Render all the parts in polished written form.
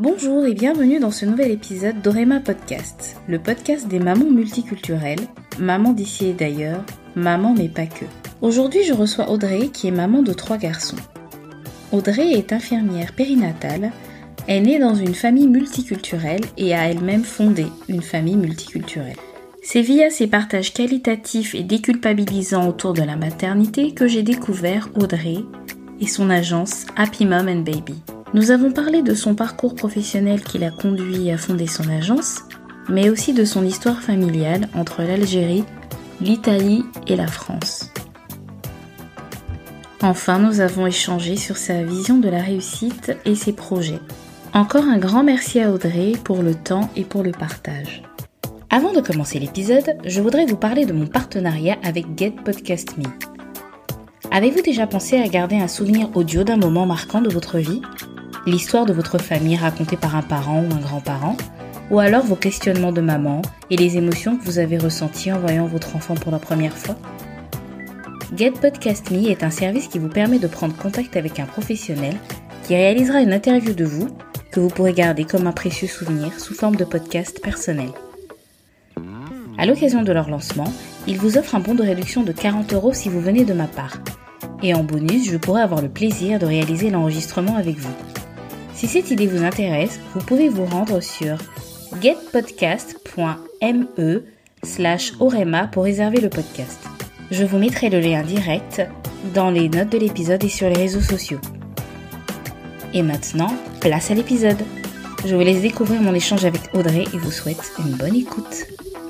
Bonjour et bienvenue dans ce nouvel épisode d'Orema Podcast, le podcast des mamans multiculturelles, mamans d'ici et d'ailleurs, mamans mais pas que. Aujourd'hui, je reçois Audrey qui est maman de 3 garçons. Audrey est infirmière périnatale, est née dans une famille multiculturelle et a elle-même fondé une famille multiculturelle. C'est via ces partages qualitatifs et déculpabilisants autour de la maternité que j'ai découvert Audrey et son agence Happy Mom and Baby. Nous avons parlé de son parcours professionnel qui l'a conduit à fonder son agence, mais aussi de son histoire familiale entre l'Algérie, l'Italie et la France. Enfin, nous avons échangé sur sa vision de la réussite et ses projets. Encore un grand merci à Audrey pour le temps et pour le partage. Avant de commencer l'épisode, je voudrais vous parler de mon partenariat avec Get Podcast Me. Avez-vous déjà pensé à garder un souvenir audio d'un moment marquant de votre vie ? L'histoire de votre famille racontée par un parent ou un grand-parent ? Ou alors vos questionnements de maman et les émotions que vous avez ressenties en voyant votre enfant pour la première fois ? Get Podcast Me est un service qui vous permet de prendre contact avec un professionnel qui réalisera une interview de vous que vous pourrez garder comme un précieux souvenir sous forme de podcast personnel. À l'occasion de leur lancement, ils vous offrent un bon de réduction de 40 € si vous venez de ma part. Et en bonus, je pourrai avoir le plaisir de réaliser l'enregistrement avec vous. Si cette idée vous intéresse, vous pouvez vous rendre sur getpodcast.me/orema pour réserver le podcast. Je vous mettrai le lien direct dans les notes de l'épisode et sur les réseaux sociaux. Et maintenant, place à l'épisode. Je vous laisse découvrir mon échange avec Audrey et vous souhaite une bonne écoute.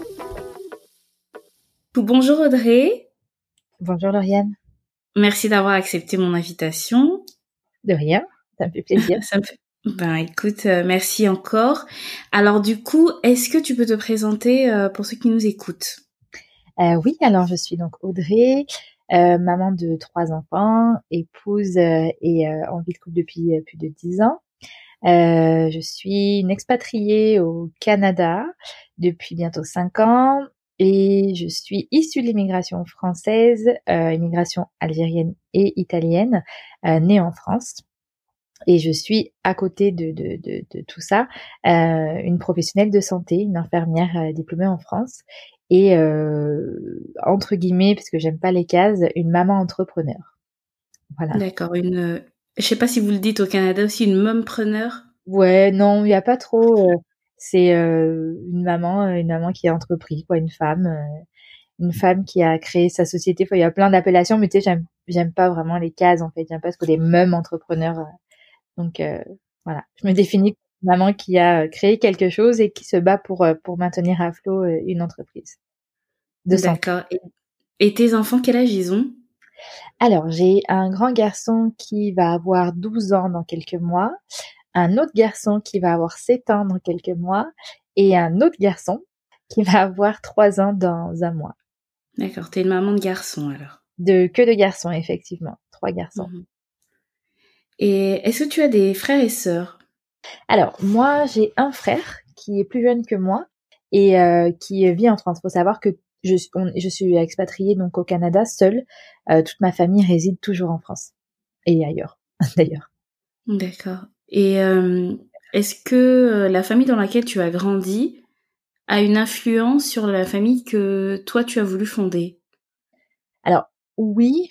Bonjour Audrey. Bonjour Lauriane. Merci d'avoir accepté mon invitation. De rien, ça me fait plaisir. Écoute, merci encore. Alors du coup, est-ce que tu peux te présenter pour ceux qui nous écoutent ? Oui, alors je suis donc Audrey, maman de 3 enfants, épouse et en vie de couple depuis plus de 10 ans. Je suis une expatriée au Canada depuis bientôt 5 ans et je suis issue de l'immigration française, immigration algérienne et italienne, née en France. Et je suis à côté de tout ça, une professionnelle de santé, une infirmière diplômée en France et entre guillemets, parce que j'aime pas les cases, une maman entrepreneur. Voilà. D'accord, je sais pas si vous le dites au Canada aussi, une mompreneur. Ouais, non, il y a pas trop. C'est une maman qui a entrepris, quoi, une femme qui a créé sa société. Enfin, il y a plein d'appellations, mais tu sais, j'aime pas vraiment les cases en fait. J'aime pas ce que les mum entrepreneurs. Donc voilà, je me définis comme une maman qui a créé quelque chose et qui se bat pour maintenir à flot une entreprise de santé. D'accord. Et tes enfants, quel âge ils ont ? Alors, j'ai un grand garçon qui va avoir 12 ans dans quelques mois, un autre garçon qui va avoir 7 ans dans quelques mois et un autre garçon qui va avoir 3 ans dans un mois. D'accord, t'es une maman de garçons alors. Que de garçons, effectivement. 3 garçons. Mmh. Et est-ce que tu as des frères et sœurs ? Alors, moi, j'ai un frère qui est plus jeune que moi et qui vit en France. Il faut savoir que je suis expatriée donc au Canada seule. Toute ma famille réside toujours en France et ailleurs, d'ailleurs. D'accord. Et est-ce que la famille dans laquelle tu as grandi a une influence sur la famille que toi tu as voulu fonder ? Alors, oui,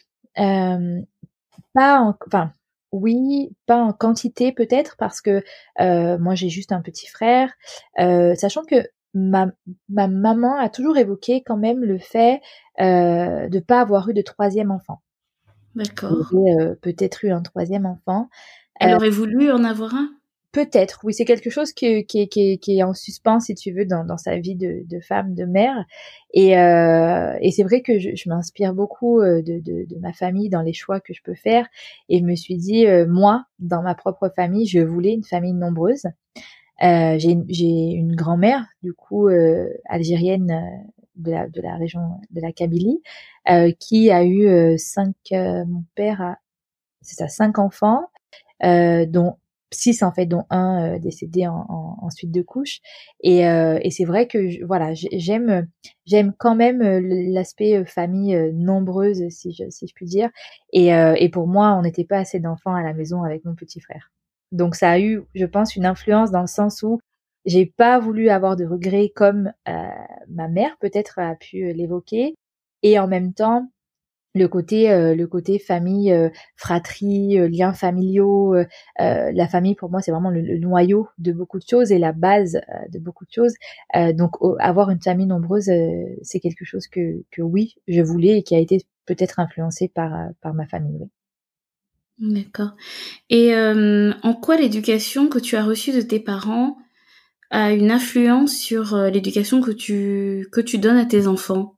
oui, pas en quantité peut-être parce que moi j'ai juste un petit frère, sachant que ma maman a toujours évoqué quand même le fait de pas avoir eu de 3e enfant. D'accord. Elle aurait peut-être eu un 3e enfant. Elle aurait voulu en avoir un ? Peut-être, oui, c'est quelque chose qui est en suspens, si tu veux, dans sa vie de femme, de mère. Et c'est vrai que je m'inspire beaucoup de ma famille dans les choix que je peux faire. Et je me suis dit, moi, dans ma propre famille, je voulais une famille nombreuse. J'ai une grand-mère, du coup, algérienne de la région de la Kabylie, qui a eu mon père a, c'est ça, 5 enfants, dont 6 en fait, dont un décédé en suite de couches. Et c'est vrai que j'aime quand même l'aspect famille nombreuse, si je puis dire. Et pour moi, on n'était pas assez d'enfants à la maison avec mon petit frère. Donc ça a eu, je pense, une influence dans le sens où j'ai pas voulu avoir de regrets comme ma mère peut-être a pu l'évoquer, et en même temps le côté famille, fratrie, liens familiaux, la famille pour moi c'est vraiment le noyau de beaucoup de choses et la base de beaucoup de choses. Donc avoir une famille nombreuse, c'est quelque chose que oui je voulais et qui a été peut-être influencé par ma famille. Oui. D'accord. Et en quoi l'éducation que tu as reçue de tes parents a une influence sur l'éducation que tu donnes à tes enfants?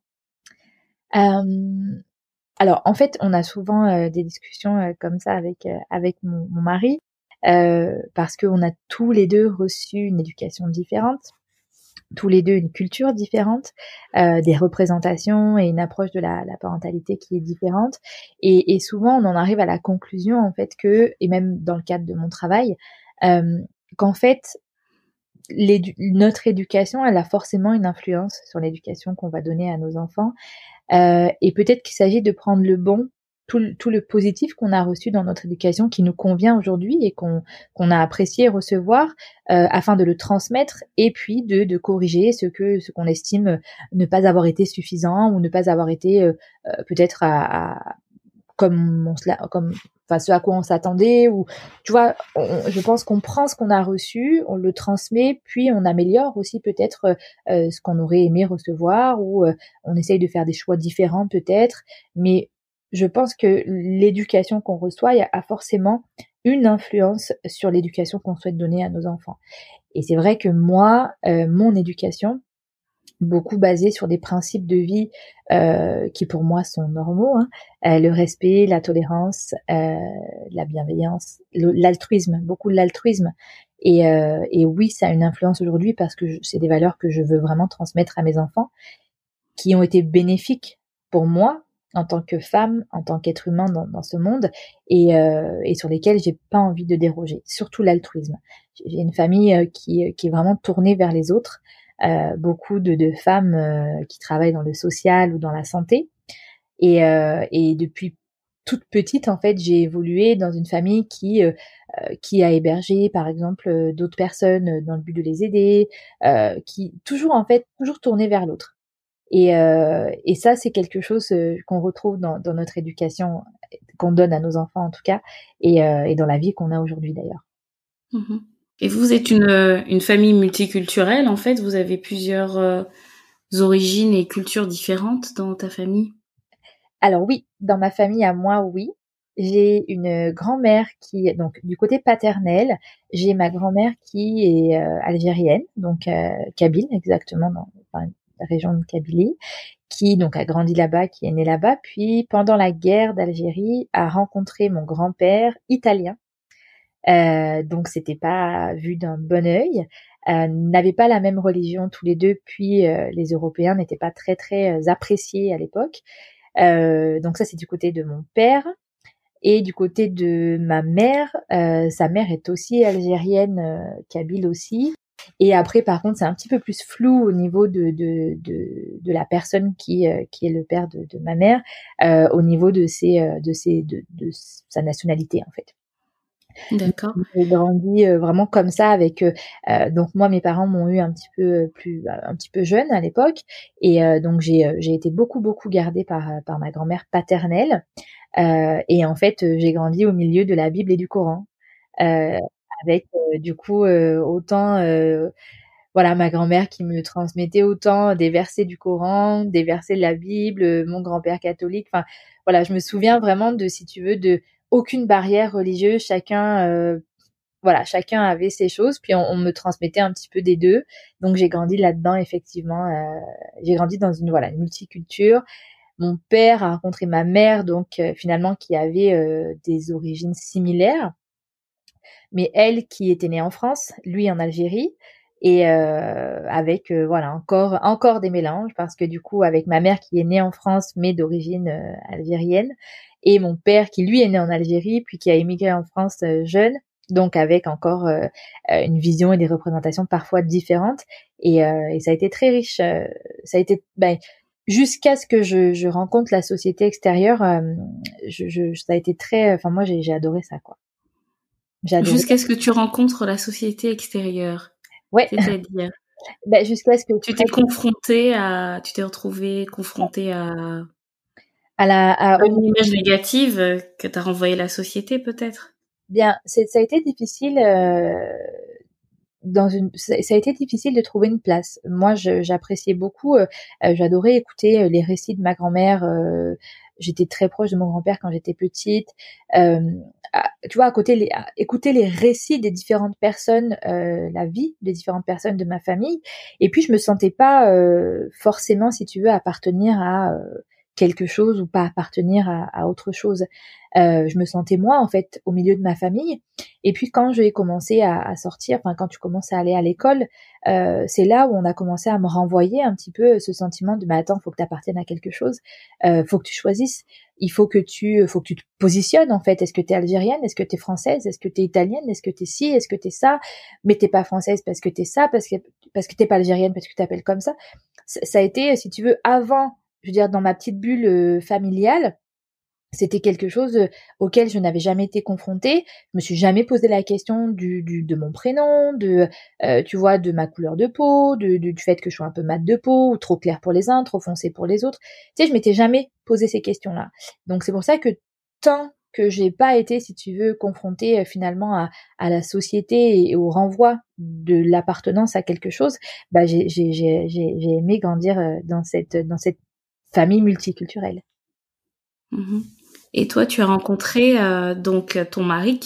Alors en fait, on a souvent des discussions comme ça avec mon mari parce qu'on a tous les deux reçu une éducation différente, tous les deux une culture différente, des représentations et une approche de la parentalité qui est différente. Et souvent, on en arrive à la conclusion en fait que, et même dans le cadre de mon travail, euh, qu'en fait notre éducation, elle a forcément une influence sur l'éducation qu'on va donner à nos enfants. Et peut-être qu'il s'agit de prendre le bon, tout le positif qu'on a reçu dans notre éducation, qui nous convient aujourd'hui et qu'on a apprécié recevoir, afin de le transmettre et puis de corriger ce qu'on estime ne pas avoir été suffisant ou ne pas avoir été peut-être comme enfin ce à quoi on s'attendait, ou tu vois, je pense qu'on prend ce qu'on a reçu, on le transmet, puis on améliore aussi peut-être ce qu'on aurait aimé recevoir, ou on essaye de faire des choix différents peut-être, mais je pense que l'éducation qu'on reçoit a forcément une influence sur l'éducation qu'on souhaite donner à nos enfants. Et c'est vrai que moi, mon éducation, beaucoup basé sur des principes de vie qui pour moi sont normaux, hein. Le respect, la tolérance, la bienveillance, l'altruisme, beaucoup de l'altruisme. Et oui, ça a une influence aujourd'hui parce que c'est des valeurs que je veux vraiment transmettre à mes enfants, qui ont été bénéfiques pour moi en tant que femme, en tant qu'être humain dans ce monde, et sur lesquels j'ai pas envie de déroger. Surtout l'altruisme. J'ai une famille qui est vraiment tournée vers les autres. Beaucoup de femmes qui travaillent dans le social ou dans la santé. Et depuis toute petite, en fait, j'ai évolué dans une famille qui a hébergé, par exemple, d'autres personnes dans le but de les aider, qui toujours en fait toujours tournée vers l'autre. Et ça, c'est quelque chose qu'on retrouve dans notre éducation, qu'on donne à nos enfants en tout cas, et dans la vie qu'on a aujourd'hui d'ailleurs. Mmh. Et vous êtes une famille multiculturelle, en fait? Vous avez plusieurs origines et cultures différentes dans ta famille? Alors oui, dans ma famille à moi, oui. J'ai une grand-mère donc du côté paternel, j'ai ma grand-mère qui est algérienne, donc kabyle exactement, enfin, la région de Kabylie, qui donc a grandi là-bas, qui est née là-bas, puis pendant la guerre d'Algérie a rencontré mon grand-père italien. Donc c'était pas vu d'un bon œil. N'avaient pas la même religion tous les deux, puis les Européens n'étaient pas très très appréciés à l'époque. Donc ça, c'est du côté de mon père. Et du côté de ma mère, sa mère est aussi algérienne, kabyle aussi. Et après, par contre, c'est un petit peu plus flou au niveau de la personne qui est le père de ma mère, au niveau de sa nationalité, en fait. D'accord. J'ai grandi vraiment comme ça avec donc moi mes parents m'ont eu un petit peu jeune à l'époque, et donc j'ai été beaucoup gardée par ma grand-mère paternelle, et en fait j'ai grandi au milieu de la Bible et du Coran, euh, avec du coup autant voilà, ma grand-mère qui me transmettait autant des versets du Coran, des versets de la Bible, mon grand-père catholique. Enfin, voilà, je me souviens vraiment de, si tu veux, de aucune barrière religieuse. Voilà, chacun avait ses choses. Puis on me transmettait un petit peu des deux. Donc j'ai grandi là-dedans, effectivement. J'ai grandi dans une multiculture. Mon père a rencontré ma mère, donc finalement qui avait des origines similaires, mais elle qui était née en France, lui en Algérie, et avec voilà encore des mélanges, parce que du coup avec ma mère qui est née en France mais d'origine algérienne, et mon père qui lui est né en Algérie puis qui a émigré en France jeune, donc avec encore une vision et des représentations parfois différentes, et ça a été très riche, ça a été jusqu'à ce que je rencontre la société extérieure, ça a été très, enfin moi j'ai adoré ça, quoi. J'adorais. Jusqu'à ce que tu rencontres la société extérieure. Ouais. C'est-à-dire, Jusqu'à ce que tu t'es retrouvée confrontée à à une image négative que t'a renvoyée la société, peut-être? bien, ça a été difficile. Ça a été difficile de trouver une place. Moi, j'appréciais beaucoup, j'adorais écouter les récits de ma grand-mère. J'étais très proche de mon grand-père quand j'étais petite. Tu vois, écouter les récits des différentes personnes, la vie des différentes personnes de ma famille. Et puis, je me sentais pas forcément, si tu veux, appartenir à quelque chose ou pas appartenir à autre chose. Je me sentais moi, en fait, au milieu de ma famille. Et puis quand j'ai commencé à sortir, enfin quand tu commences à aller à l'école, c'est là où on a commencé à me renvoyer un petit peu ce sentiment de, mais attends, faut que tu appartiennes à quelque chose, faut que tu choisisses, faut que tu te positionnes en fait. Est-ce que tu es algérienne, est-ce que tu es française, est-ce que tu es italienne, est-ce que tu es ci, est-ce que tu es ça, mais t'es pas française parce que tu es ça, parce que t'es pas algérienne parce que tu t'appelles comme ça. Ça a été, si tu veux, avant, je veux dire, dans ma petite bulle familiale. C'était quelque chose auquel je n'avais jamais été confrontée. Je me suis jamais posé la question de mon prénom, tu vois, de ma couleur de peau, du fait que je sois un peu mat de peau, ou trop clair pour les uns, trop foncé pour les autres. Tu sais, je m'étais jamais posé ces questions-là. Donc c'est pour ça que tant que j'ai pas été, si tu veux, confrontée finalement à la société et au renvoi de l'appartenance à quelque chose, bah j'ai aimé grandir dans cette famille multiculturelle. Mmh. Et toi, tu as rencontré, donc ton mari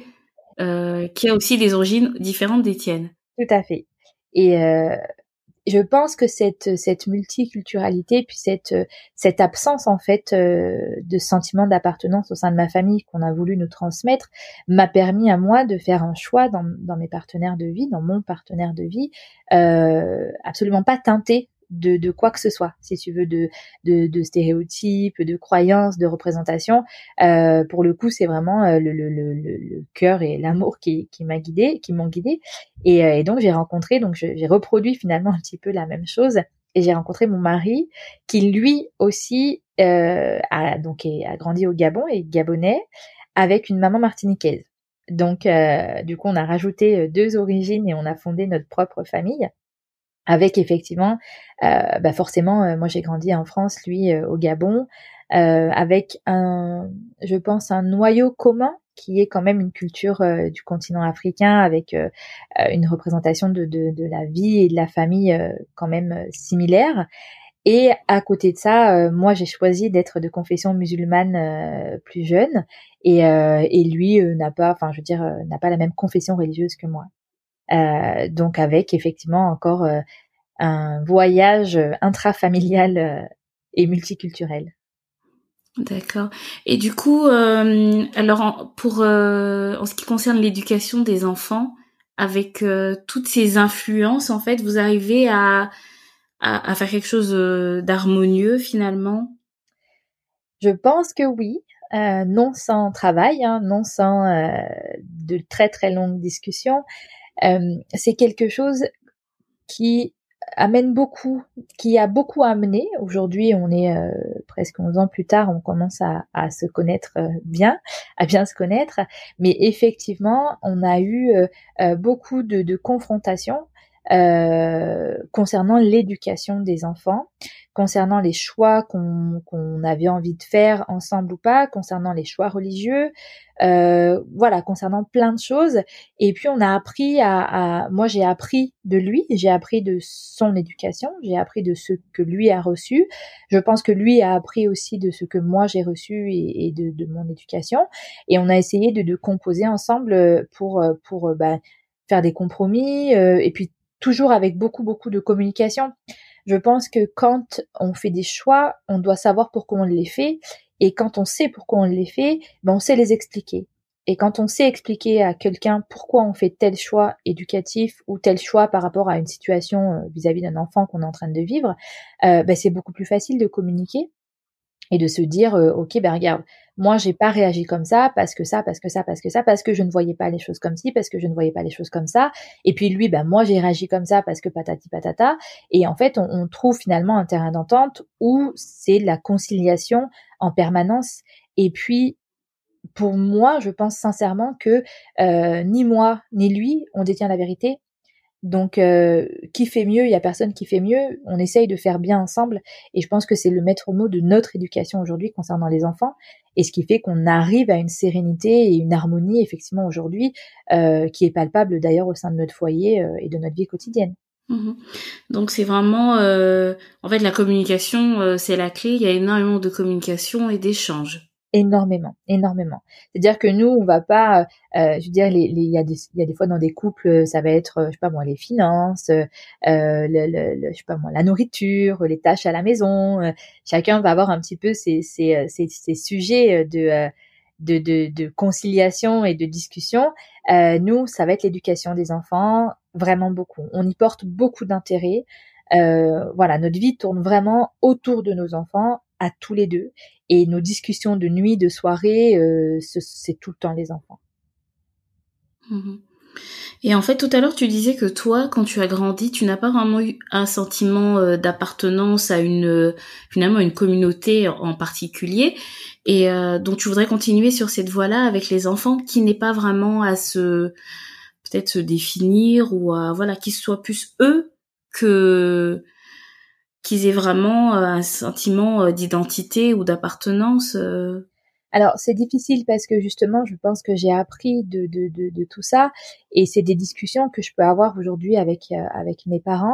qui a aussi des origines différentes des tiennes? Tout à fait. Et je pense que cette multiculturalité, puis cette absence en fait de sentiment d'appartenance au sein de ma famille qu'on a voulu nous transmettre, m'a permis à moi de faire un choix dans mes partenaires de vie, dans mon partenaire de vie, absolument pas teinté de quoi que ce soit, si tu veux, de stéréotypes, de croyances, de représentations. Pour le coup, c'est vraiment le cœur et l'amour qui m'ont guidé. Et donc j'ai reproduit finalement un petit peu la même chose. Et j'ai rencontré mon mari qui lui aussi a grandi au Gabon et gabonais avec une maman martiniquaise. Donc du coup on a rajouté deux origines et on a fondé notre propre famille. Avec effectivement, forcément, moi j'ai grandi en France, lui au Gabon, avec je pense un noyau commun qui est quand même une culture du continent africain, avec une représentation de la vie et de la famille quand même similaire. Et à côté de ça, moi j'ai choisi d'être de confession musulmane plus jeune, et lui n'a pas, enfin je veux dire, n'a pas la même confession religieuse que moi. Donc avec effectivement encore un voyage intrafamilial et multiculturel. D'accord. Et du coup, alors en ce qui concerne l'éducation des enfants, avec toutes ces influences, en fait, vous arrivez à faire quelque chose d'harmonieux finalement? Je pense que oui, non sans travail, hein, non sans de très très longues discussions. C'est quelque chose qui amène beaucoup, qui a beaucoup amené. Aujourd'hui, on est presque 11 ans plus tard, on commence à se connaître bien, à bien se connaître. Mais effectivement, on a eu beaucoup de confrontations concernant l'éducation des enfants, concernant les choix qu'on avait envie de faire ensemble ou pas, concernant les choix religieux, voilà, concernant plein de choses. Et puis on a appris moi j'ai appris de lui, j'ai appris de son éducation, j'ai appris de ce que lui a reçu. Je pense que lui a appris aussi de ce que moi j'ai reçu et de mon éducation. Et on a essayé de composer ensemble pour faire des compromis, et puis toujours avec beaucoup beaucoup de communication. Je pense que quand on fait des choix, on doit savoir pourquoi on les fait. Et quand on sait pourquoi on les fait, on sait les expliquer. Et quand on sait expliquer à quelqu'un pourquoi on fait tel choix éducatif ou tel choix par rapport à une situation vis-à-vis d'un enfant qu'on est en train de vivre, c'est beaucoup plus facile de communiquer et de se dire ok, regarde, moi j'ai pas réagi comme ça parce que ça, parce que ça, parce que ça, parce que je ne voyais pas les choses comme ci, parce que je ne voyais pas les choses comme ça. Et puis lui, moi j'ai réagi comme ça parce que patati patata. Et en fait, on trouve finalement un terrain d'entente où c'est de la conciliation en permanence. Et puis pour moi, je pense sincèrement que ni moi ni lui, on détient la vérité. Donc, qui fait mieux? Il y a personne qui fait mieux. On essaye de faire bien ensemble. Et je pense que c'est le maître mot de notre éducation aujourd'hui concernant les enfants. Et ce qui fait qu'on arrive à une sérénité et une harmonie, effectivement, aujourd'hui, qui est palpable d'ailleurs au sein de notre foyer et de notre vie quotidienne. Mhm. Donc c'est vraiment, en fait, la communication, c'est la clé. Il y a énormément de communication et d'échanges. Énormément, énormément. C'est-à-dire que nous, on va pas, je veux dire, il y a des fois dans des couples, ça va être, je sais pas moi, les finances, je sais pas moi, la nourriture, les tâches à la maison. Chacun va avoir un petit peu ses sujets de conciliation et de discussion. Nous, ça va être l'éducation des enfants, vraiment beaucoup. On y porte beaucoup d'intérêt. Voilà, notre vie tourne vraiment autour de nos enfants, à tous les deux. Et nos discussions de nuit, de soirée, c'est tout le temps les enfants. Mhm. Et en fait, tout à l'heure, tu disais que toi, quand tu as grandi, tu n'as pas vraiment eu un sentiment d'appartenance à finalement, une communauté en particulier. Et donc, tu voudrais continuer sur cette voie-là avec les enfants qui n'est pas vraiment peut-être se définir ou voilà, qu'ils soient plus eux que qu'ils aient vraiment un sentiment d'identité ou d'appartenance. Alors, c'est difficile parce que justement, je pense que j'ai appris de tout ça. Et c'est des discussions que je peux avoir aujourd'hui avec mes parents,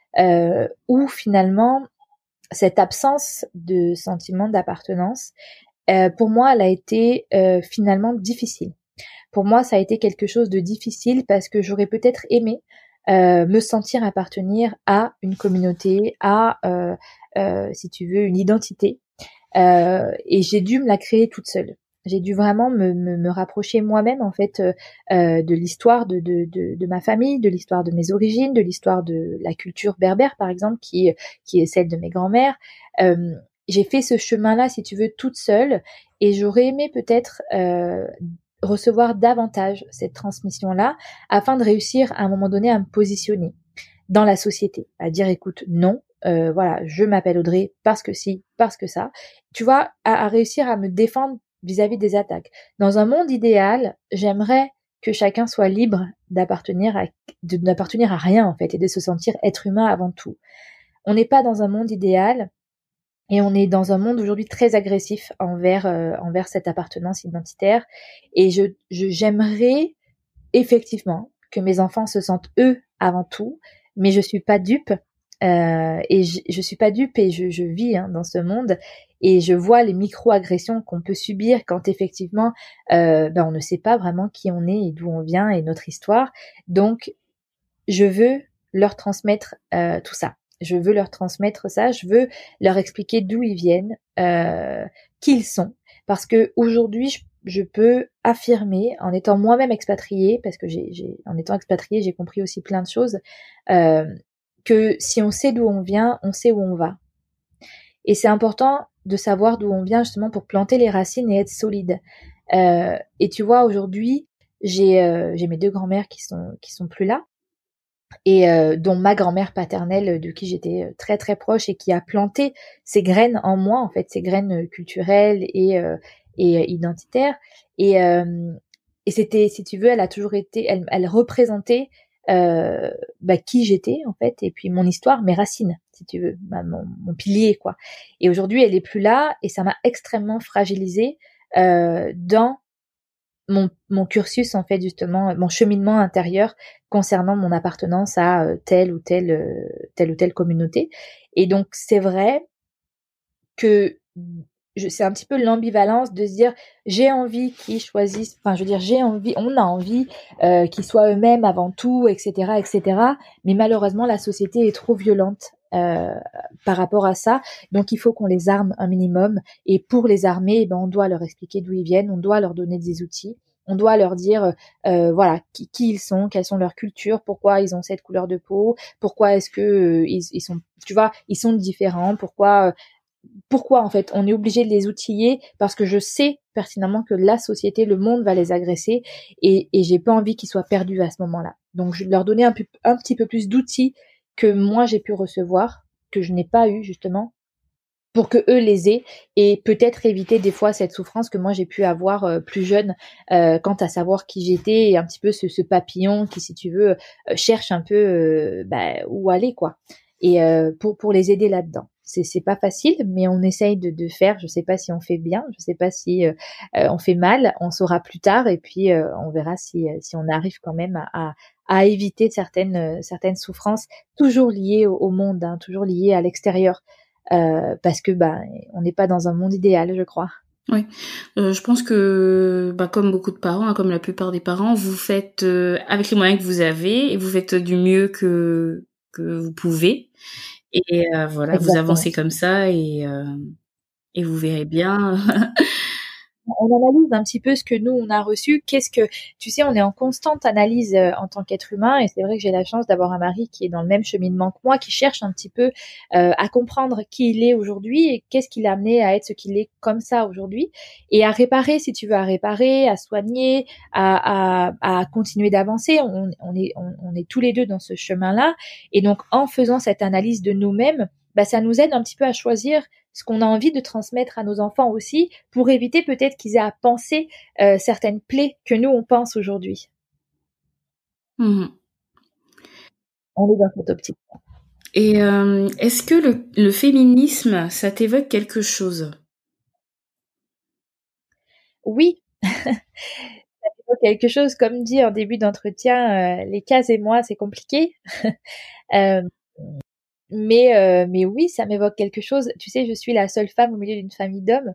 où finalement, cette absence de sentiment d'appartenance, pour moi, elle a été finalement difficile. Pour moi, ça a été quelque chose de difficile parce que j'aurais peut-être aimé me sentir appartenir à une communauté, à, si tu veux, une identité. Et j'ai dû me la créer toute seule. J'ai dû vraiment me rapprocher moi-même en fait de l'histoire de ma famille, de l'histoire de mes origines, de l'histoire de la culture berbère par exemple, qui est celle de mes grands-mères. J'ai fait ce chemin-là, si tu veux, toute seule, et j'aurais aimé peut-être recevoir davantage cette transmission-là, afin de réussir à un moment donné à me positionner dans la société, à dire écoute, non, voilà, je m'appelle Audrey parce que si, parce que ça. Tu vois, à réussir à me défendre vis-à-vis des attaques. Dans un monde idéal, j'aimerais que chacun soit libre d'appartenir à rien en fait, et de se sentir être humain avant tout. On n'est pas dans un monde idéal. Et on est dans un monde aujourd'hui très agressif envers cette appartenance identitaire. Et j'aimerais effectivement que mes enfants se sentent eux avant tout, mais je suis pas dupe. Et je suis pas dupe, et je vis dans ce monde, et je vois les micro-agressions qu'on peut subir quand effectivement on ne sait pas vraiment qui on est et d'où on vient et notre histoire. Donc je veux leur transmettre tout ça. Je veux leur transmettre ça. Je veux leur expliquer d'où ils viennent, qui ils sont. Parce que aujourd'hui, je peux affirmer, en étant moi-même expatriée, parce que en étant expatriée, j'ai compris aussi plein de choses, que si on sait d'où on vient, on sait où on va. Et c'est important de savoir d'où on vient justement pour planter les racines et être solide. Et tu vois, aujourd'hui, j'ai mes deux grands-mères qui sont plus là, et dont ma grand-mère paternelle, de qui j'étais très très proche, et qui a planté ces graines en moi, en fait, ces graines culturelles et identitaires. Et, et c'était, si tu veux, elle a toujours été, elle représentait qui j'étais en fait, et puis mon histoire, mes racines, si tu veux, mon pilier quoi. Et aujourd'hui, elle est plus là, et ça m'a extrêmement fragilisée dans mon cursus en fait, justement mon cheminement intérieur concernant mon appartenance à telle ou telle communauté. Et donc c'est vrai que c'est un petit peu l'ambivalence de se dire j'ai envie qu'ils choisissent, enfin je veux dire j'ai envie, on a envie qu'ils soient eux-mêmes avant tout, etc. Mais malheureusement la société est trop violente par rapport à ça, donc il faut qu'on les arme un minimum. Et pour les armer, on doit leur expliquer d'où ils viennent, on doit leur donner des outils, on doit leur dire voilà qui ils sont, quelles sont leurs cultures, pourquoi ils ont cette couleur de peau, pourquoi est-ce que ils sont, tu vois, ils sont différents, pourquoi en fait on est obligé de les outiller, parce que je sais pertinemment que la société, le monde va les agresser, et j'ai pas envie qu'ils soient perdus à ce moment-là. Donc je vais leur donner un petit peu plus d'outils que moi j'ai pu recevoir, que je n'ai pas eu justement, pour que eux les aient et peut-être éviter des fois cette souffrance que moi j'ai pu avoir plus jeune quant à savoir qui j'étais et un petit peu ce papillon qui, si tu veux, cherche un peu où aller, quoi. Et pour les aider là-dedans. C'est pas facile, mais on essaye de faire. Je sais pas si on fait bien, je sais pas si on fait mal. On saura plus tard et puis on verra si on arrive quand même à éviter certaines souffrances toujours liées au monde, hein, toujours liées à l'extérieur. Parce que on n'est pas dans un monde idéal, je crois. Oui, je pense que comme beaucoup de parents, hein, comme la plupart des parents, vous faites avec les moyens que vous avez et vous faites du mieux que vous pouvez. Et voilà, vous Exactement. avancez comme ça et vous verrez bien. On analyse un petit peu ce que nous on a reçu. Tu sais, on est en constante analyse en tant qu'être humain, et c'est vrai que j'ai la chance d'avoir un mari qui est dans le même cheminement que moi, qui cherche un petit peu à comprendre qui il est aujourd'hui et qu'est-ce qui l'a amené à être ce qu'il est comme ça aujourd'hui, et à réparer, si tu veux, à réparer, à soigner, à continuer d'avancer. On est tous les deux dans ce chemin-là, et donc en faisant cette analyse de nous-mêmes, ça nous aide un petit peu à choisir ce qu'on a envie de transmettre à nos enfants aussi, pour éviter peut-être qu'ils aient à penser certaines plaies que nous on pense aujourd'hui. Mhm. On est dans cette optique. Et est-ce que le féminisme, ça t'évoque quelque chose? Oui, ça évoque quelque chose, comme dit en début d'entretien, les cases et moi, c'est compliqué. euh, mais oui, ça m'évoque quelque chose. Tu sais, je suis la seule femme au milieu d'une famille d'hommes.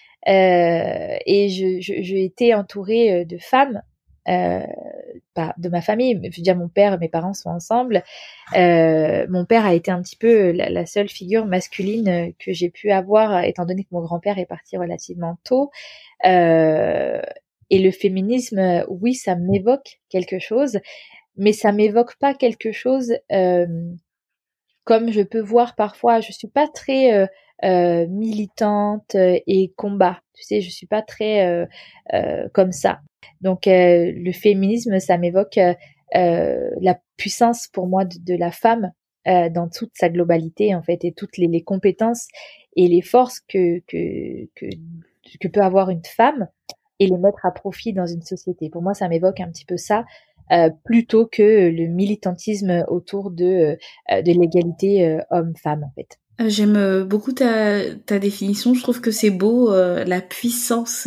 Et j'ai été entourée de femmes, pas de ma famille, mais je veux dire mon père et mes parents sont ensemble. Mon père a été un petit peu la seule figure masculine que j'ai pu avoir, étant donné que mon grand-père est parti relativement tôt. Euh, et le féminisme, oui, ça m'évoque quelque chose, mais ça m'évoque pas quelque chose comme je peux voir parfois. Je suis pas très militante et combat. Tu sais, je suis pas très comme ça. Donc le féminisme, ça m'évoque la puissance pour moi de la femme dans toute sa globalité en fait, et toutes les compétences et les forces que peut avoir une femme, et les mettre à profit dans une société. Pour moi, ça m'évoque un petit peu ça, plutôt que le militantisme autour de l'égalité homme-femme, en fait. J'aime beaucoup ta définition. Je trouve que c'est beau, la puissance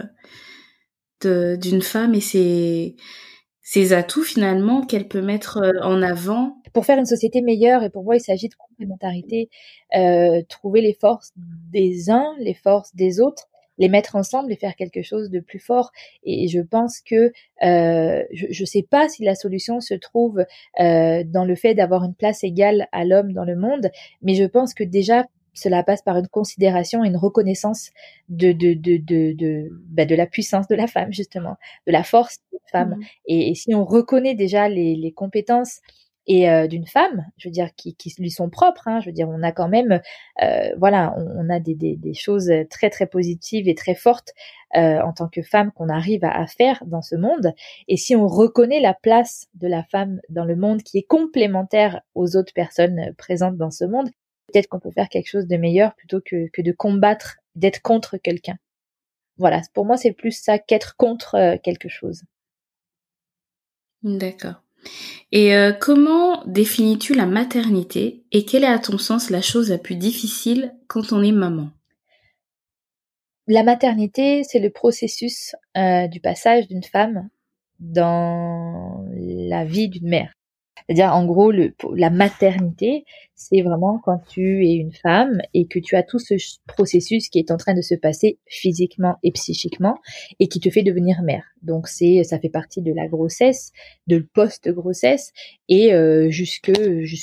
d'une femme et ses atouts finalement qu'elle peut mettre en avant. Pour faire une société meilleure, et pour moi, il s'agit de complémentarité, trouver les forces des uns, les forces des autres, les mettre ensemble et faire quelque chose de plus fort. Et je pense que je sais pas si la solution se trouve dans le fait d'avoir une place égale à l'homme dans le monde, mais je pense que déjà cela passe par une considération et une reconnaissance de la puissance de la femme, justement, de la force de la femme. Mmh. Et si on reconnaît déjà les compétences et d'une femme, je veux dire, qui lui sont propres, hein, je veux dire, on a quand même, voilà, on a des choses très très positives et très fortes en tant que femme qu'on arrive à faire dans ce monde. Et si on reconnaît la place de la femme dans le monde, qui est complémentaire aux autres personnes présentes dans ce monde, peut-être qu'on peut faire quelque chose de meilleur plutôt que de combattre, d'être contre quelqu'un. Voilà, pour moi, c'est plus ça qu'être contre quelque chose. D'accord. Et comment définis-tu la maternité et quelle est à ton sens la chose la plus difficile quand on est maman? La maternité, c'est le processus du passage d'une femme dans la vie d'une mère. C'est-à-dire, en gros, la maternité, c'est vraiment quand tu es une femme et que tu as tout ce processus qui est en train de se passer physiquement et psychiquement et qui te fait devenir mère. Donc, ça fait partie de la grossesse, de post-grossesse et jusque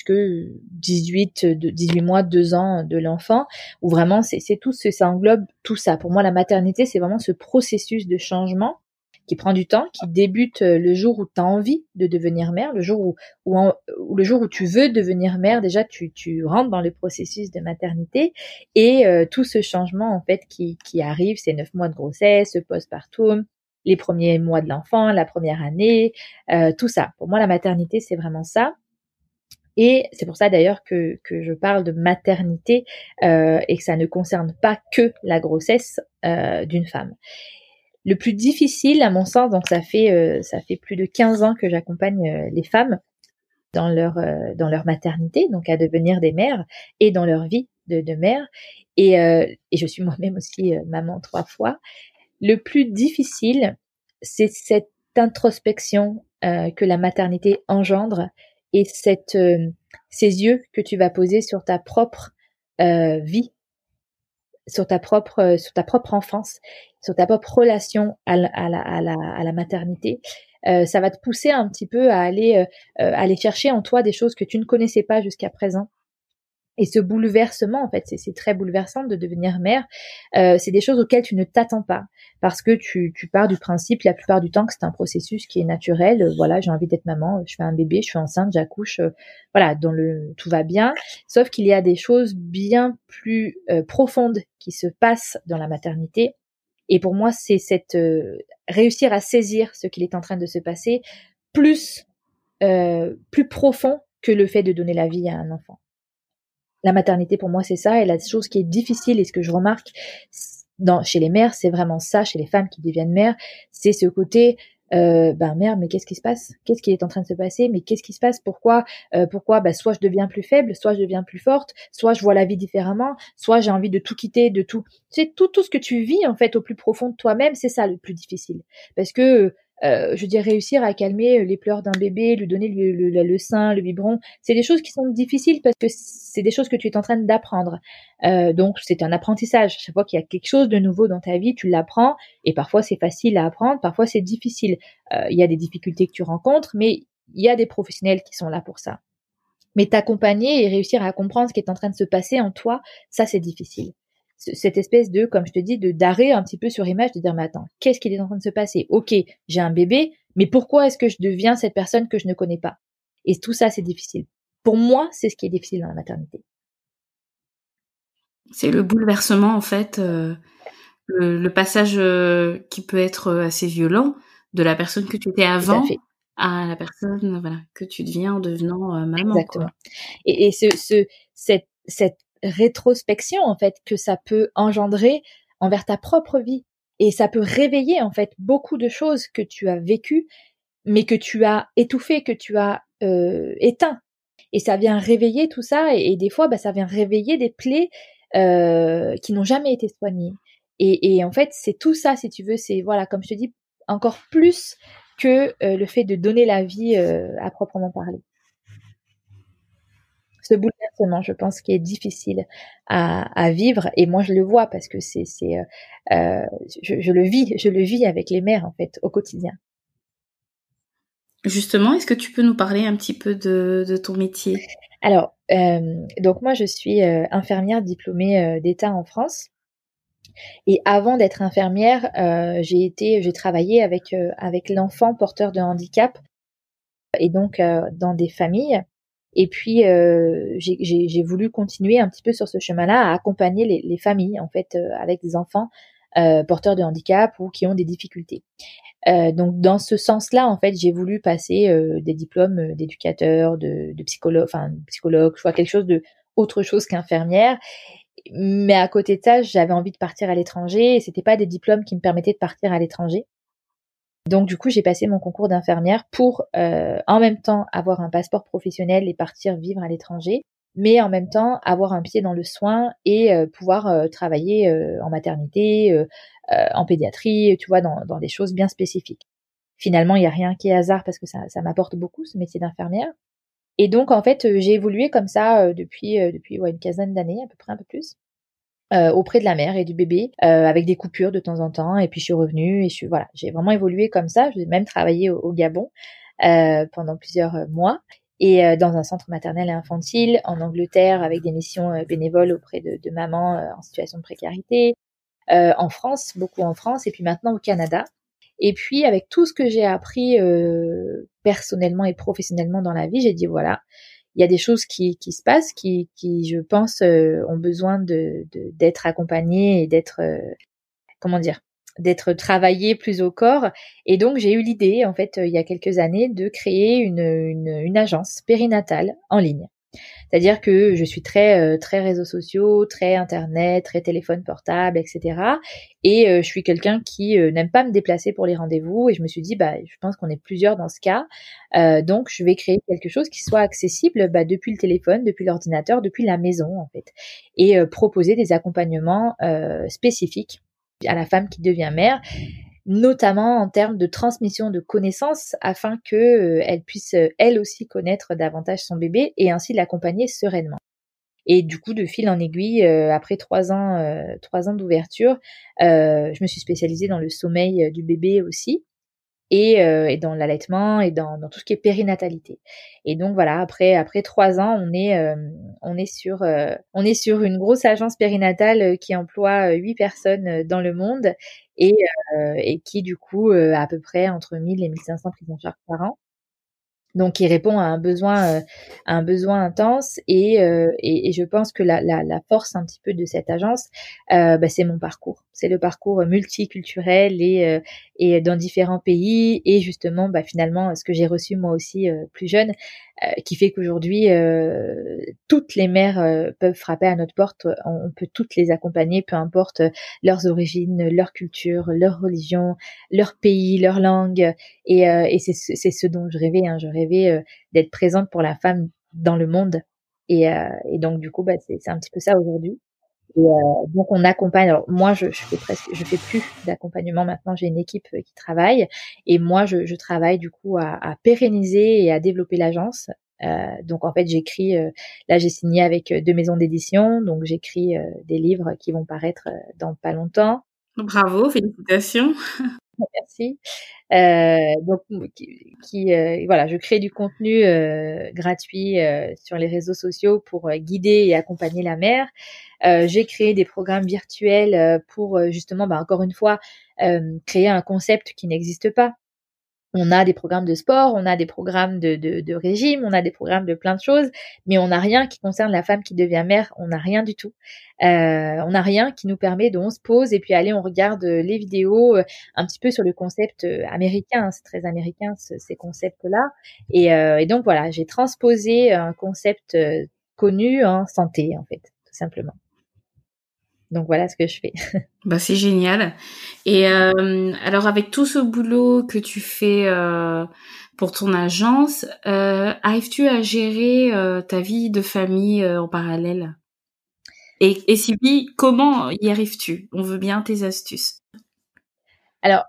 18 mois, 2 ans de l'enfant, où vraiment, c'est tout, ça englobe tout ça. Pour moi, la maternité, c'est vraiment ce processus de changement qui prend du temps, qui débute le jour où tu as envie de devenir mère, le jour où le jour où tu veux devenir mère, déjà tu rentres dans le processus de maternité, et tout ce changement en fait qui arrive, ces 9 mois de grossesse, ce postpartum, les premiers mois de l'enfant, la première année, tout ça. Pour moi, la maternité, c'est vraiment ça. Et c'est pour ça d'ailleurs que je parle de maternité et que ça ne concerne pas que la grossesse d'une femme. Le plus difficile, à mon sens, donc ça fait plus de 15 ans que j'accompagne les femmes dans leur maternité, donc à devenir des mères, et dans leur vie de mère. Et je suis moi-même aussi maman 3 fois. Le plus difficile, c'est cette introspection que la maternité engendre et ces yeux que tu vas poser sur ta propre vie, sur ta propre enfance, sur ta propre relation à la maternité. Ça va te pousser un petit peu à aller chercher en toi des choses que tu ne connaissais pas jusqu'à présent. Et ce bouleversement, en fait, c'est très bouleversant de devenir mère. C'est des choses auxquelles tu ne t'attends pas, parce que tu pars du principe la plupart du temps que c'est un processus qui est naturel. Voilà, j'ai envie d'être maman, je fais un bébé, je suis enceinte, j'accouche, voilà, tout va bien. Sauf qu'il y a des choses bien plus profondes qui se passent dans la maternité. Et pour moi, c'est cette réussir à saisir ce qu'il est en train de se passer, plus profond que le fait de donner la vie à un enfant. La maternité, pour moi, c'est ça. Et la chose qui est difficile, et ce que je remarque chez les mères, c'est vraiment ça, chez les femmes qui deviennent mères, c'est ce côté, mère, mais qu'est-ce qui se passe? Qu'est-ce qui est en train de se passer? Mais qu'est-ce qui se passe? Pourquoi? Soit je deviens plus faible, soit je deviens plus forte, soit je vois la vie différemment, soit j'ai envie de tout quitter, de tout. Tu sais, tout ce que tu vis, en fait, au plus profond de toi-même, c'est ça le plus difficile. Parce que, je veux dire, réussir à calmer les pleurs d'un bébé, lui donner le sein, le biberon, c'est des choses qui sont difficiles parce que c'est des choses que tu es en train d'apprendre. Donc c'est un apprentissage. Chaque fois qu'il y a quelque chose de nouveau dans ta vie, tu l'apprends, et parfois c'est facile à apprendre, parfois c'est difficile. Il y a des difficultés que tu rencontres, mais il y a des professionnels qui sont là pour ça. Mais t'accompagner et réussir à comprendre ce qui est en train de se passer en toi, ça c'est difficile. Cette espèce de, comme je te dis, d'arrêt un petit peu sur image, de dire, mais attends, qu'est-ce qui est en train de se passer? Ok, j'ai un bébé, mais pourquoi est-ce que je deviens cette personne que je ne connais pas? Et tout ça, c'est difficile. Pour moi, c'est ce qui est difficile dans la maternité. C'est le bouleversement, en fait, le passage qui peut être assez violent de la personne que tu étais avant à la personne, voilà, que tu deviens en devenant maman. Exactement. Quoi. Et cette rétrospection, en fait, que ça peut engendrer envers ta propre vie. Et ça peut réveiller, en fait, beaucoup de choses que tu as vécues, mais que tu as étouffé, que tu as éteint. Et ça vient réveiller tout ça, et des fois, ça vient réveiller des plaies qui n'ont jamais été soignées. Et en fait, c'est tout ça, si tu veux, c'est, voilà, comme je te dis, encore plus que le fait de donner la vie à proprement parler. Ce bouleversement, je pense, qui est difficile à vivre, et moi je le vois parce que je le vis avec les mères, en fait, au quotidien. Justement, est-ce que tu peux nous parler un petit peu de ton métier? Alors, donc moi je suis infirmière diplômée d'État en France. Et avant d'être infirmière, j'ai travaillé avec l'enfant porteur de handicap, et donc dans des familles. Et puis j'ai voulu continuer un petit peu sur ce chemin-là, à accompagner les familles, en fait, avec des enfants porteurs de handicap ou qui ont des difficultés. Donc dans ce sens-là, en fait, j'ai voulu passer des diplômes d'éducateur, de psychologue, je vois quelque chose de autre chose qu'infirmière. Mais à côté de ça, j'avais envie de partir à l'étranger, et c'était pas des diplômes qui me permettaient de partir à l'étranger. Donc du coup, j'ai passé mon concours d'infirmière pour en même temps avoir un passeport professionnel et partir vivre à l'étranger, mais en même temps avoir un pied dans le soin et pouvoir travailler en maternité, en pédiatrie, tu vois, dans des choses bien spécifiques. Finalement, il y a rien qui est hasard, parce que ça m'apporte beaucoup, ce métier d'infirmière. Et donc en fait, j'ai évolué comme ça depuis une quinzaine d'années, à peu près, un peu plus. Auprès de la mère et du bébé, avec des coupures de temps en temps, et puis je suis revenue, et voilà, j'ai vraiment évolué comme ça. J'ai même travaillé au Gabon pendant plusieurs mois, et dans un centre maternel et infantile en Angleterre, avec des missions bénévoles auprès de mamans en situation de précarité, en France, beaucoup en France, et puis maintenant au Canada. Et puis avec tout ce que j'ai appris personnellement et professionnellement dans la vie, j'ai dit voilà, il y a des choses qui se passent, qui je pense ont besoin d'être accompagnées et d'être d'être travaillé plus au corps. Et donc, j'ai eu l'idée, en fait, il y a quelques années, de créer une agence périnatale en ligne. C'est-à-dire que je suis très réseaux sociaux, très internet, très téléphone portable, etc. Et je suis quelqu'un qui n'aime pas me déplacer pour les rendez-vous. Et je me suis dit, je pense qu'on est plusieurs dans ce cas. Donc, je vais créer quelque chose qui soit accessible depuis le téléphone, depuis l'ordinateur, depuis la maison, en fait. Et proposer des accompagnements spécifiques à la femme qui devient mère, notamment en termes de transmission de connaissances afin que elle puisse elle aussi connaître davantage son bébé et ainsi l'accompagner sereinement. Et du coup, de fil en aiguille, après 3 ans d'ouverture, je me suis spécialisée dans le sommeil du bébé aussi et dans l'allaitement et dans tout ce qui est périnatalité. Et donc voilà, après 3 ans, on est sur une grosse agence périnatale qui emploie 8 personnes dans le monde et, et qui du coup a à peu près entre 1000 et 1500 prises en charge par an. Donc, il répond à un besoin intense et je pense que la force un petit peu de cette agence, c'est mon parcours. C'est le parcours multiculturel et dans différents pays et justement, finalement, ce que j'ai reçu moi aussi plus jeune, qui fait qu'aujourd'hui, toutes les mères peuvent frapper à notre porte. On peut toutes les accompagner, peu importe leurs origines, leur culture, leur religion, leur pays, leur langue. Et c'est ce dont je rêvais. Hein. Je rêvais d'être présente pour la femme dans le monde. Et donc du coup, c'est un petit peu ça aujourd'hui. Et donc on accompagne. Alors moi, je fais plus d'accompagnement maintenant. J'ai une équipe qui travaille. Et moi, je travaille du coup à pérenniser et à développer l'agence. Donc en fait, j'écris. Là, j'ai signé avec 2 maisons d'édition. Donc j'écris des livres qui vont paraître dans pas longtemps. Bravo, félicitations. Merci. Donc voilà, je crée du contenu gratuit sur les réseaux sociaux pour guider et accompagner la mère. J'ai créé des programmes virtuels pour justement, encore une fois, créer un concept qui n'existe pas. On a des programmes de sport, on a des programmes de régime, on a des programmes de plein de choses, mais on n'a rien qui concerne la femme qui devient mère, on n'a rien du tout. On n'a rien qui nous permet de on se pose et puis allez, on regarde les vidéos un petit peu sur le concept américain, hein, c'est très américain ces concepts-là. Et donc voilà, j'ai transposé un concept connu en santé en fait, tout simplement. Donc voilà ce que je fais. C'est génial. Et alors avec tout ce boulot que tu fais pour ton agence, arrives-tu à gérer ta vie de famille en parallèle? Et si oui, comment y arrives-tu? On veut bien tes astuces. Alors,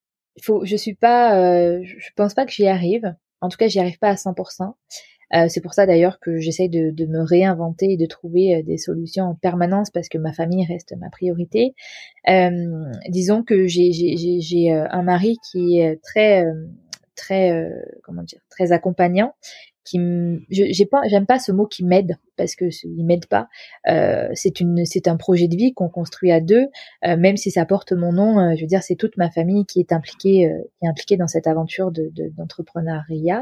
je pense pas que j'y arrive. En tout cas, j'y arrive pas à 100%. C'est pour ça d'ailleurs que j'essaye de me réinventer et de trouver des solutions en permanence parce que ma famille reste ma priorité. Disons que j'ai un mari qui est comment dire, très accompagnant, j'aime pas ce mot qui m'aide parce que il m'aide pas. C'est un projet de vie qu'on construit à deux, même si ça porte mon nom. Je veux dire, c'est toute ma famille qui est impliquée dans cette aventure d'entrepreneuriat.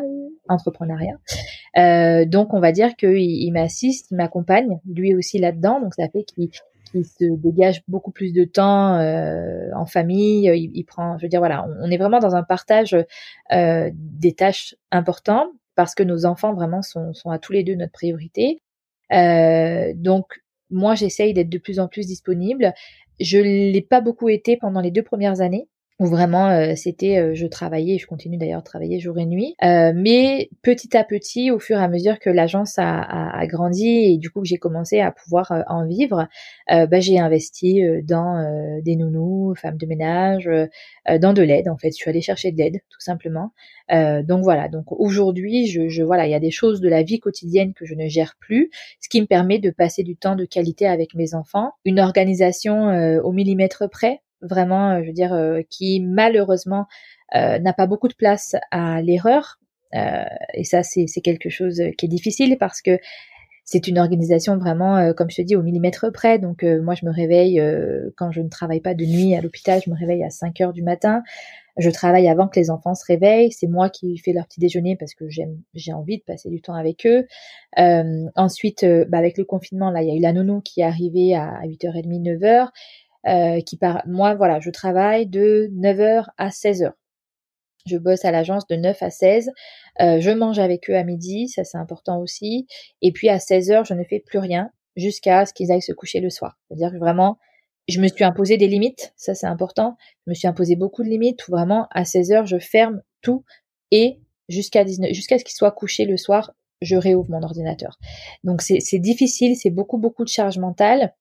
Donc on va dire qu'il m'assiste, il m'accompagne, lui aussi là-dedans. Donc ça fait qu'il se dégage beaucoup plus de temps en famille. Il prend, je veux dire, voilà, on est vraiment dans un partage des tâches importantes parce que nos enfants vraiment sont à tous les deux notre priorité. Donc moi j'essaye d'être de plus en plus disponible. Je l'ai pas beaucoup été pendant les 2 premières années où vraiment c'était je travaillais, je continue d'ailleurs de travailler jour et nuit, mais petit à petit au fur et à mesure que l'agence a grandi et du coup que j'ai commencé à pouvoir en vivre, j'ai investi dans des nounous, femmes de ménage, dans de l'aide en fait. Je suis allée chercher de l'aide tout simplement. Donc voilà, donc aujourd'hui voilà, il y a des choses de la vie quotidienne que je ne gère plus, ce qui me permet de passer du temps de qualité avec mes enfants, une organisation au millimètre près. Vraiment, je veux dire, qui malheureusement n'a pas beaucoup de place à l'erreur. Et ça, c'est quelque chose qui est difficile parce que c'est une organisation vraiment, comme je te dis, au millimètre près. Donc moi, je me réveille quand je ne travaille pas de nuit à l'hôpital, je me réveille à 5 heures du matin. Je travaille avant que les enfants se réveillent. C'est moi qui fais leur petit déjeuner parce que j'ai envie de passer du temps avec eux. Ensuite, avec le confinement, là, il y a eu la nounou qui est arrivée à 8h30, 9h. Moi, voilà, je travaille de 9h à 16h. Je bosse à l'agence de 9 à 16. Je mange avec eux à midi, ça c'est important aussi. Et puis à 16h, je ne fais plus rien jusqu'à ce qu'ils aillent se coucher le soir. C'est-à-dire que vraiment, je me suis imposé des limites, ça c'est important. Je me suis imposé beaucoup de limites où vraiment à 16h, je ferme tout et jusqu'à ce qu'ils soient couchés le soir, je réouvre mon ordinateur. Donc c'est difficile, c'est beaucoup de charge mentale.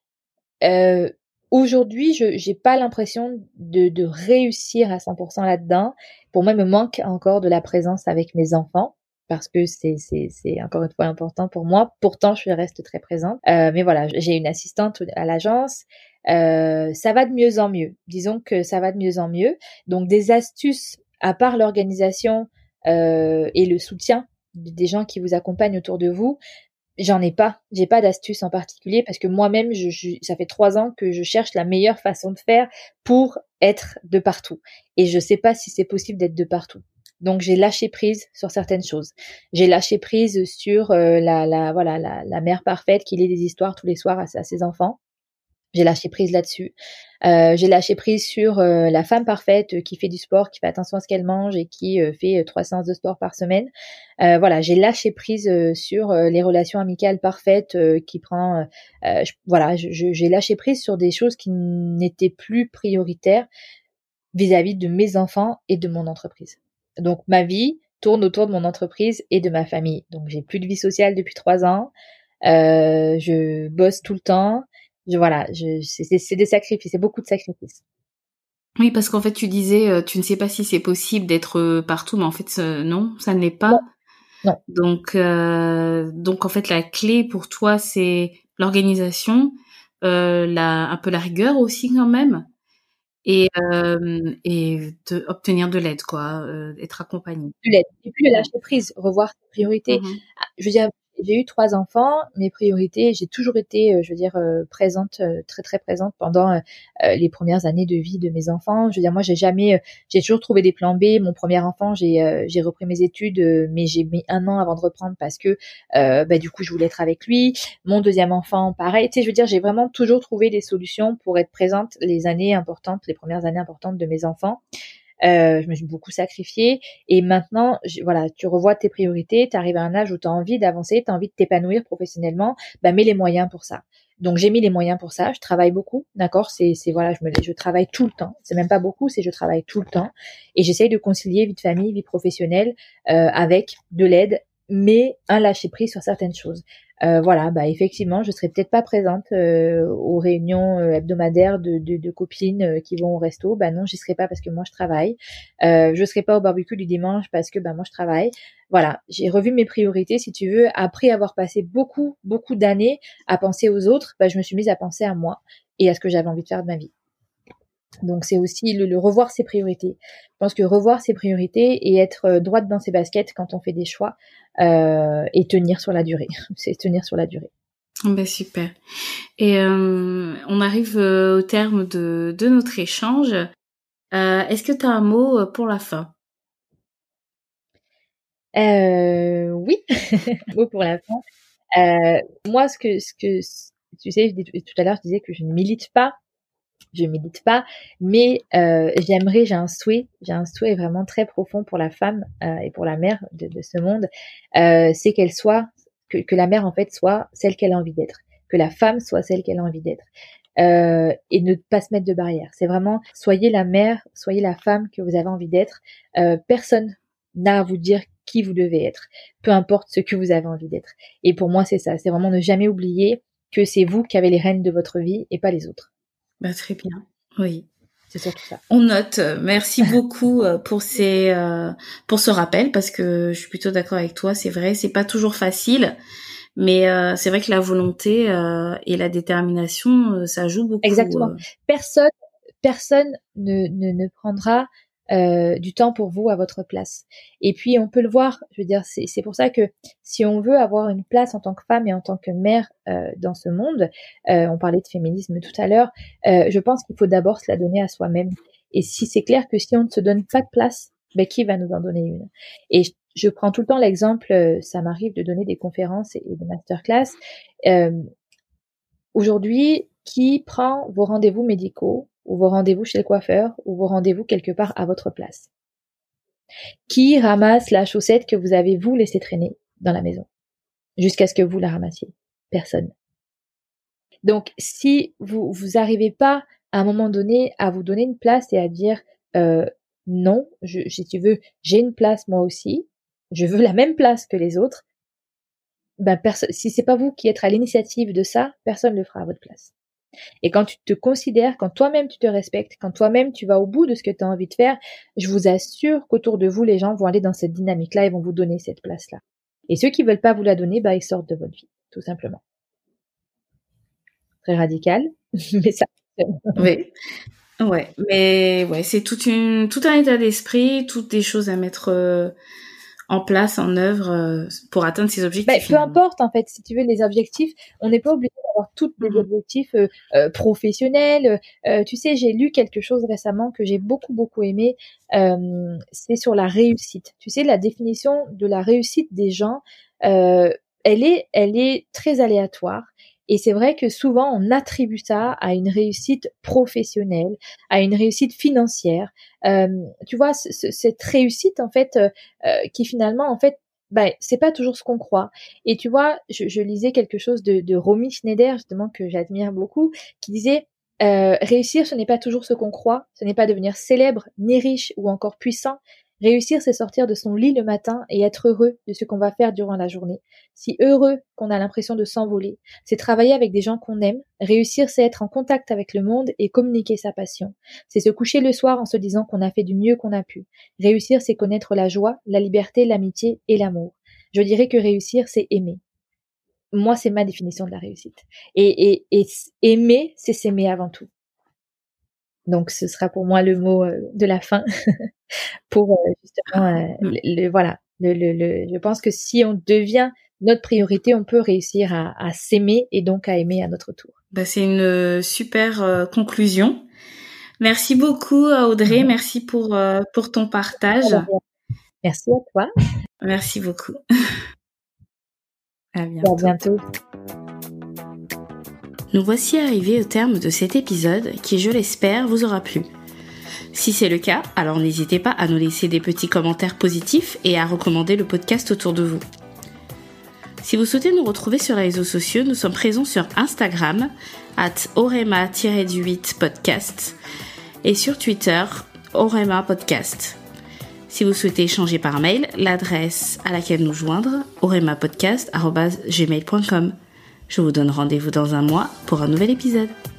Aujourd'hui, j'ai pas l'impression de réussir à 100% là-dedans. Pour moi, il me manque encore de la présence avec mes enfants parce que c'est encore une fois important pour moi. Pourtant, je reste très présente. Mais voilà, j'ai une assistante à l'agence. Ça va de mieux en mieux. Disons que ça va de mieux en mieux. Donc, des astuces à part l'organisation et le soutien des gens qui vous accompagnent autour de vous. J'en ai pas. J'ai pas d'astuce en particulier parce que moi-même, ça fait 3 ans que je cherche la meilleure façon de faire pour être de partout. Et je sais pas si c'est possible d'être de partout. Donc j'ai lâché prise sur certaines choses. J'ai lâché prise sur la mère parfaite qui lit des histoires tous les soirs à ses enfants. J'ai lâché prise là-dessus. J'ai lâché prise sur la femme parfaite qui fait du sport, qui fait attention à ce qu'elle mange et qui fait 3 séances de sport par semaine. Voilà, j'ai lâché prise sur les relations amicales parfaites qui prend. J'ai lâché prise sur des choses qui n'étaient plus prioritaires vis-à-vis de mes enfants et de mon entreprise. Donc ma vie tourne autour de mon entreprise et de ma famille. Donc j'ai plus de vie sociale depuis 3 ans. Je bosse tout le temps. C'est des sacrifices, c'est beaucoup de sacrifices. Oui, parce qu'en fait, tu disais, tu ne sais pas si c'est possible d'être partout, mais en fait, non, ça ne l'est pas. Non. Donc en fait, la clé pour toi, c'est l'organisation, un peu la rigueur aussi quand même, et obtenir de l'aide, quoi, être accompagné. De l'aide. Et puis le lâcher prise, revoir ses priorités. Mmh. Je veux dire, j'ai eu 3 enfants, mes priorités, j'ai toujours été, présente, très présente pendant les premières années de vie de mes enfants. Je veux dire, moi, j'ai toujours trouvé des plans B. Mon premier enfant, j'ai repris mes études, mais j'ai mis 1 an avant de reprendre parce que, du coup, je voulais être avec lui. Mon deuxième enfant, pareil. Tu sais, je veux dire, j'ai vraiment toujours trouvé des solutions pour être présente les premières années importantes de mes enfants. Je me suis beaucoup sacrifiée et maintenant, tu revois tes priorités, tu arrives à un âge où tu as envie d'avancer, tu as envie de t'épanouir professionnellement, mets les moyens pour ça. Donc j'ai mis les moyens pour ça, je travaille beaucoup, d'accord, je travaille tout le temps, c'est même pas beaucoup, je travaille tout le temps et j'essaye de concilier vie de famille, vie professionnelle avec de l'aide mais un lâcher prise sur certaines choses. Effectivement, je serai peut-être pas présente aux réunions hebdomadaires de copines qui vont au resto. Non, j'y serai pas parce que moi je travaille. Je serai pas au barbecue du dimanche parce que moi je travaille. Voilà, j'ai revu mes priorités, si tu veux, après avoir passé beaucoup d'années à penser aux autres. Je me suis mise à penser à moi et à ce que j'avais envie de faire de ma vie. Donc c'est aussi le revoir ses priorités. Je pense que revoir ses priorités et être droite dans ses baskets quand on fait des choix et tenir sur la durée. C'est tenir sur la durée. Super. Et on arrive au terme de notre échange. Est-ce que tu as un mot pour la fin? Oui, mot pour la fin. Moi, ce que tu sais, tout à l'heure, je disais que je ne milite pas, mais j'ai un souhait vraiment très profond pour la femme et pour la mère de ce monde, c'est que la mère en fait soit celle qu'elle a envie d'être, que la femme soit celle qu'elle a envie d'être. Et ne pas se mettre de barrière. C'est vraiment, soyez la mère, soyez la femme que vous avez envie d'être. Personne n'a à vous dire qui vous devez être, peu importe ce que vous avez envie d'être. Et pour moi, c'est ça, c'est vraiment ne jamais oublier que c'est vous qui avez les rênes de votre vie et pas les autres. Très bien, oui. C'est surtout ça. On note. Merci beaucoup pour ce rappel, parce que je suis plutôt d'accord avec toi. C'est vrai, c'est pas toujours facile, mais c'est vrai que la volonté et la détermination, ça joue beaucoup. Exactement. Personne ne prendra du temps pour vous à votre place. Et puis on peut le voir, je veux dire, c'est pour ça que si on veut avoir une place en tant que femme et en tant que mère dans ce monde, on parlait de féminisme tout à l'heure, je pense qu'il faut d'abord se la donner à soi-même. Et si c'est clair que si on ne se donne pas de place, qui va nous en donner une? Et je prends tout le temps l'exemple, ça m'arrive de donner des conférences et des masterclass. Aujourd'hui, qui prend vos rendez-vous médicaux ou vos rendez-vous chez le coiffeur ou vos rendez-vous quelque part à votre place? Qui ramasse la chaussette que vous avez vous laissé traîner dans la maison jusqu'à ce que vous la ramassiez? Personne. Donc, si vous arrivez pas à un moment donné à vous donner une place et à dire non, si tu veux, j'ai une place moi aussi, je veux la même place que les autres, ben si c'est pas vous qui êtes à l'initiative de ça, personne le fera à votre place. Et quand tu te considères, quand toi-même tu te respectes, quand toi-même tu vas au bout de ce que tu as envie de faire, je vous assure qu'autour de vous, les gens vont aller dans cette dynamique-là et vont vous donner cette place-là. Et ceux qui veulent pas vous la donner, bah ils sortent de votre vie, tout simplement. Très radical, mais ça. Oui. Ouais, mais ouais, c'est tout un état d'esprit, toutes des choses à mettre en place, en œuvre pour atteindre ces objectifs. Peu importe en fait, si tu veux, les objectifs, on n'est pas obligé d'avoir tous des objectifs professionnels. Tu sais, j'ai lu quelque chose récemment que j'ai beaucoup aimé. C'est sur la réussite. Tu sais, la définition de la réussite des gens, elle est très aléatoire. Et c'est vrai que souvent, on attribue ça à une réussite professionnelle, à une réussite financière. Tu vois, cette réussite, en fait, qui finalement, en fait, c'est pas toujours ce qu'on croit. Et tu vois, je lisais quelque chose de Romy Schneider, justement, que j'admire beaucoup, qui disait réussir, ce n'est pas toujours ce qu'on croit, ce n'est pas devenir célèbre, ni riche ou encore puissant. Réussir, c'est sortir de son lit le matin et être heureux de ce qu'on va faire durant la journée. Si heureux qu'on a l'impression de s'envoler, c'est travailler avec des gens qu'on aime. Réussir, c'est être en contact avec le monde et communiquer sa passion. C'est se coucher le soir en se disant qu'on a fait du mieux qu'on a pu. Réussir, c'est connaître la joie, la liberté, l'amitié et l'amour. Je dirais que réussir, c'est aimer. Moi, c'est ma définition de la réussite. Et aimer, c'est s'aimer avant tout. Donc, ce sera pour moi le mot de la fin pour justement, je pense que si on devient notre priorité, on peut réussir à s'aimer et donc à aimer à notre tour. C'est une super conclusion. Merci beaucoup Audrey, merci pour ton partage. Merci à toi. Merci beaucoup. À bientôt. À bientôt. Nous voici arrivés au terme de cet épisode qui, je l'espère, vous aura plu. Si c'est le cas, alors n'hésitez pas à nous laisser des petits commentaires positifs et à recommander le podcast autour de vous. Si vous souhaitez nous retrouver sur les réseaux sociaux, nous sommes présents sur Instagram @orema-podcast et sur Twitter Orema Podcast. Si vous souhaitez échanger par mail, l'adresse à laquelle nous joindre oremapodcast@gmail.com. Je vous donne rendez-vous dans un mois pour un nouvel épisode.